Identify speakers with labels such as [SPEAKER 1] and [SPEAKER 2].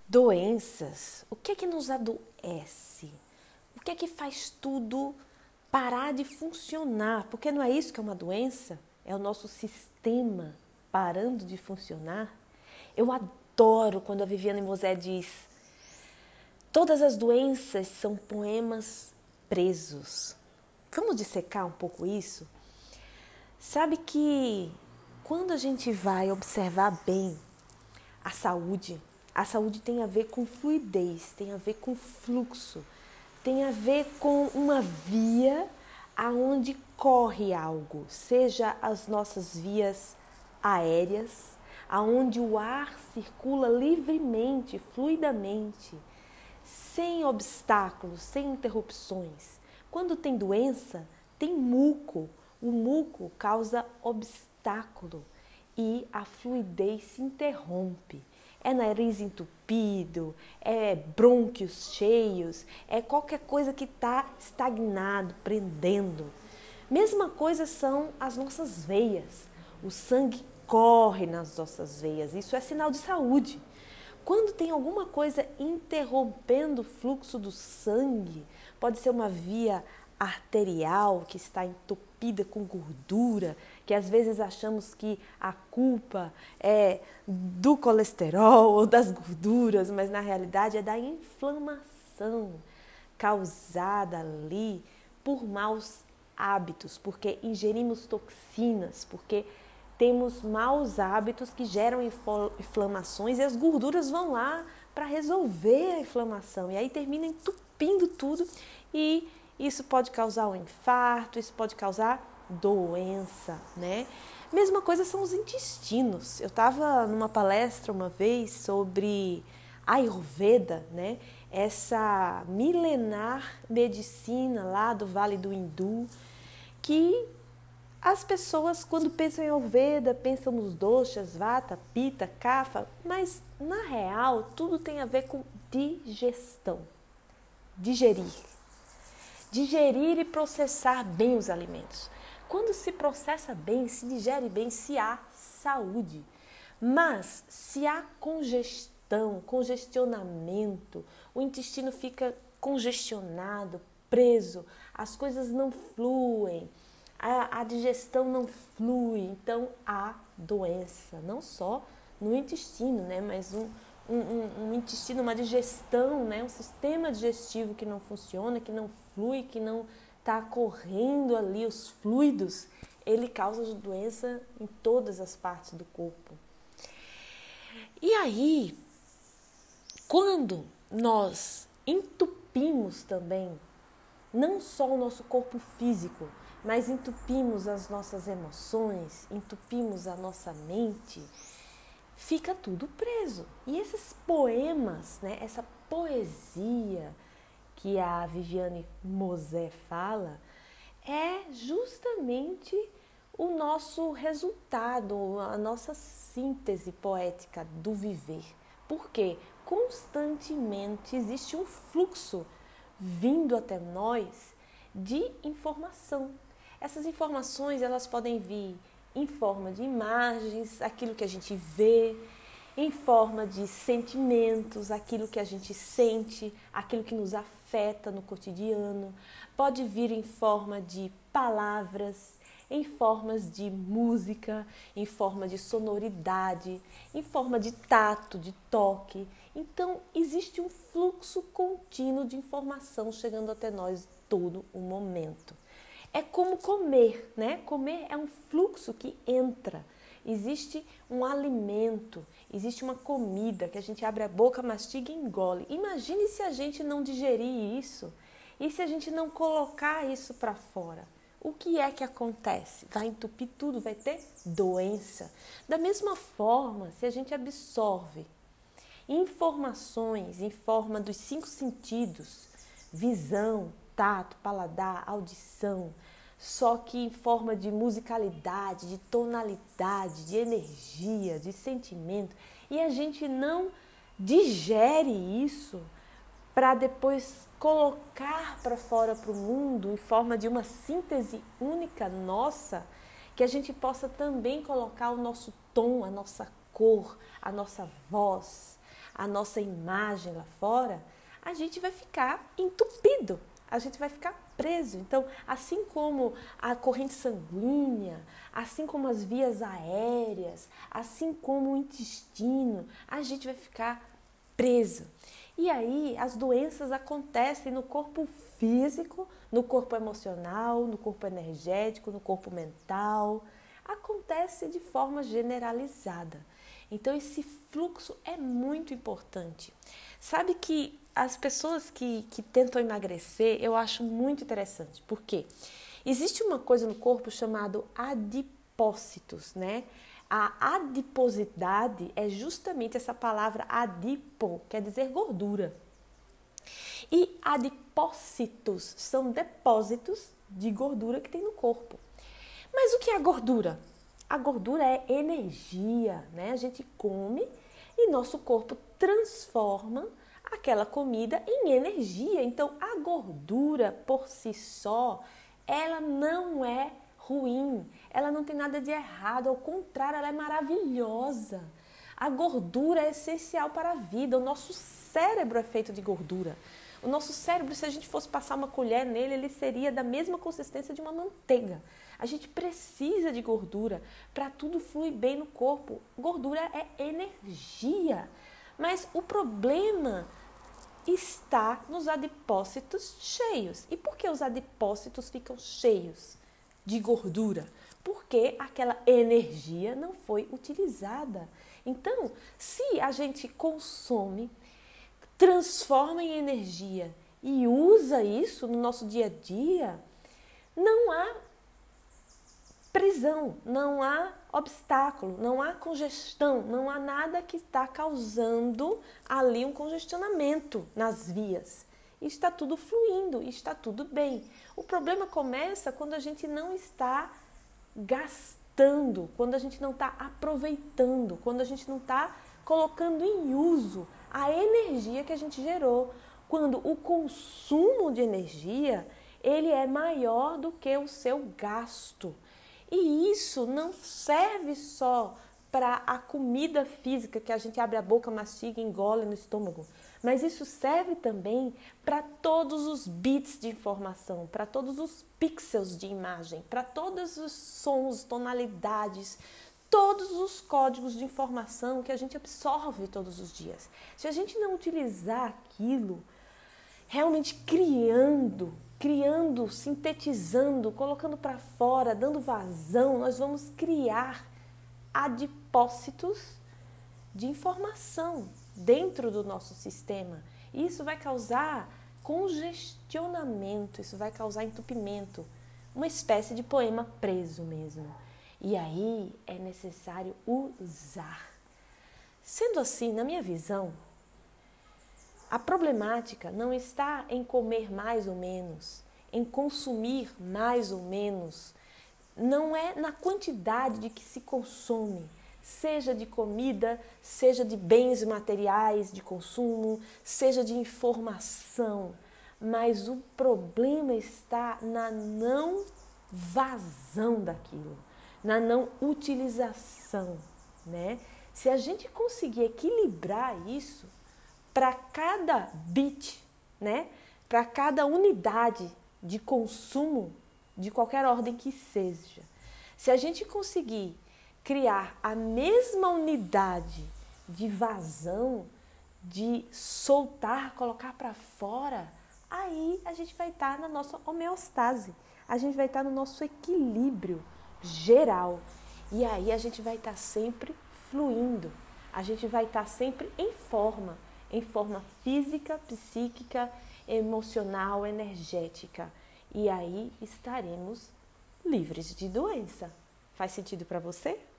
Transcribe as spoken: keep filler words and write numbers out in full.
[SPEAKER 1] Doenças, o que é que nos adoece? O que é que faz tudo parar de funcionar? Porque não é isso que é uma doença? É o nosso sistema parando de funcionar? Eu adoro quando a Viviane Mosé diz: todas as doenças são poemas presos. Vamos dissecar um pouco isso? Sabe que quando a gente vai observar bem a saúde, a saúde tem a ver com fluidez, tem a ver com fluxo, tem a ver com uma via aonde corre algo, seja as nossas vias aéreas, aonde o ar circula livremente, fluidamente, sem obstáculos, sem interrupções. Quando tem doença, tem muco. O muco causa obstáculo e a fluidez se interrompe. É nariz entupido, é brônquios cheios, é qualquer coisa que está estagnado, prendendo. Mesma coisa são as nossas veias. O sangue corre nas nossas veias, isso é sinal de saúde. Quando tem alguma coisa interrompendo o fluxo do sangue, pode ser uma via arterial que está entupida com gordura, que às vezes achamos que a culpa é do colesterol ou das gorduras, mas na realidade é da inflamação causada ali por maus hábitos, porque ingerimos toxinas, porque temos maus hábitos que geram inflamações e as gorduras vão lá para resolver a inflamação e aí termina entupindo tudo e isso pode causar um infarto, isso pode causar doença, né? Mesma coisa são os intestinos. Eu estava numa palestra uma vez sobre Ayurveda, né? Essa milenar medicina lá do Vale do Hindu, que as pessoas, quando pensam em Ayurveda, pensam nos doshas, vata, pitta, kapha, mas na real tudo tem a ver com digestão, digerir. Digerir e processar bem os alimentos. Quando se processa bem, se digere bem, se há saúde. Mas se há congestão, congestionamento, o intestino fica congestionado, preso, as coisas não fluem, a, a digestão não flui, então há doença, não só no intestino, né, mas um, um, um, um intestino, uma digestão, né, um sistema digestivo que não funciona, que não flui, que não está correndo ali os fluidos, ele causa doença em todas as partes do corpo. E aí, quando nós entupimos também, não só o nosso corpo físico, mas entupimos as nossas emoções, entupimos a nossa mente, fica tudo preso. E esses poemas, né, essa poesia que a Viviane Mosé fala, é justamente o nosso resultado, a nossa síntese poética do viver. Porque constantemente existe um fluxo vindo até nós de informação. Essas informações, elas podem vir em forma de imagens, aquilo que a gente vê, em forma de sentimentos, aquilo que a gente sente, aquilo que nos afeta no cotidiano. Pode vir em forma de palavras, em formas de música, em forma de sonoridade, em forma de tato, de toque. Então, existe um fluxo contínuo de informação chegando até nós todo o momento. É como comer, né? Comer é um fluxo que entra. Existe um alimento, existe uma comida que a gente abre a boca, mastiga e engole. Imagine se a gente não digerir isso e se a gente não colocar isso para fora. O que é que acontece? Vai entupir tudo, vai ter doença. Da mesma forma, se a gente absorve informações em forma dos cinco sentidos, visão, tato, paladar, audição, só que em forma de musicalidade, de tonalidade, de energia, de sentimento, e a gente não digere isso para depois colocar para fora para o mundo em forma de uma síntese única nossa, que a gente possa também colocar o nosso tom, a nossa cor, a nossa voz, a nossa imagem lá fora, a gente vai ficar entupido, a gente vai ficar preso. Então, assim como a corrente sanguínea, assim como as vias aéreas, assim como o intestino, a gente vai ficar preso. E aí as doenças acontecem no corpo físico, no corpo emocional, no corpo energético, no corpo mental. Acontece de forma generalizada. Então esse fluxo é muito importante. Sabe que as pessoas que, que tentam emagrecer, eu acho muito interessante. Por quê? Existe uma coisa no corpo chamada adipócitos, né? A adiposidade é justamente essa palavra adipo, quer dizer gordura. E adipócitos são depósitos de gordura que tem no corpo. Mas o que é a gordura? A gordura é energia, né? A gente come e nosso corpo transforma aquela comida em energia. Então, a gordura por si só, ela não é ruim, ela não tem nada de errado, ao contrário, ela é maravilhosa. A gordura é essencial para a vida, o nosso cérebro é feito de gordura. O nosso cérebro, se a gente fosse passar uma colher nele, ele seria da mesma consistência de uma manteiga. A gente precisa de gordura para tudo fluir bem no corpo. Gordura é energia, mas o problema está nos adipócitos cheios. E por que os adipócitos ficam cheios de gordura? Porque aquela energia não foi utilizada. Então, se a gente consome, transforma em energia e usa isso no nosso dia a dia, não há prisão, não há obstáculo, não há congestão, não há nada que está causando ali um congestionamento nas vias. Está tudo fluindo, está tudo bem. O problema começa quando a gente não está gastando, quando a gente não está aproveitando, quando a gente não está colocando em uso a energia que a gente gerou. Quando o consumo de energia, ele é maior do que o seu gasto. E isso não serve só para a comida física que a gente abre a boca, mastiga e engole no estômago, mas isso serve também para todos os bits de informação, para todos os pixels de imagem, para todos os sons, tonalidades, todos os códigos de informação que a gente absorve todos os dias. Se a gente não utilizar aquilo, realmente criando, criando, sintetizando, colocando para fora, dando vazão, nós vamos criar adipócitos de informação dentro do nosso sistema. E isso vai causar congestionamento, isso vai causar entupimento, uma espécie de poema preso mesmo. E aí é necessário usar. Sendo assim, na minha visão, a problemática não está em comer mais ou menos, em consumir mais ou menos. Não é na quantidade de que se consome, seja de comida, seja de bens materiais de consumo, seja de informação. Mas o problema está na não vazão daquilo, na não utilização, né? Se a gente conseguir equilibrar isso, para cada bit, né? Para cada unidade de consumo, de qualquer ordem que seja, se a gente conseguir criar a mesma unidade de vazão, de soltar, colocar para fora, aí a gente vai estar na nossa homeostase, a gente vai estar no nosso equilíbrio geral. E aí a gente vai estar sempre fluindo, a gente vai estar sempre em forma, em forma física, psíquica, emocional, energética. E aí estaremos livres de doença. Faz sentido para você?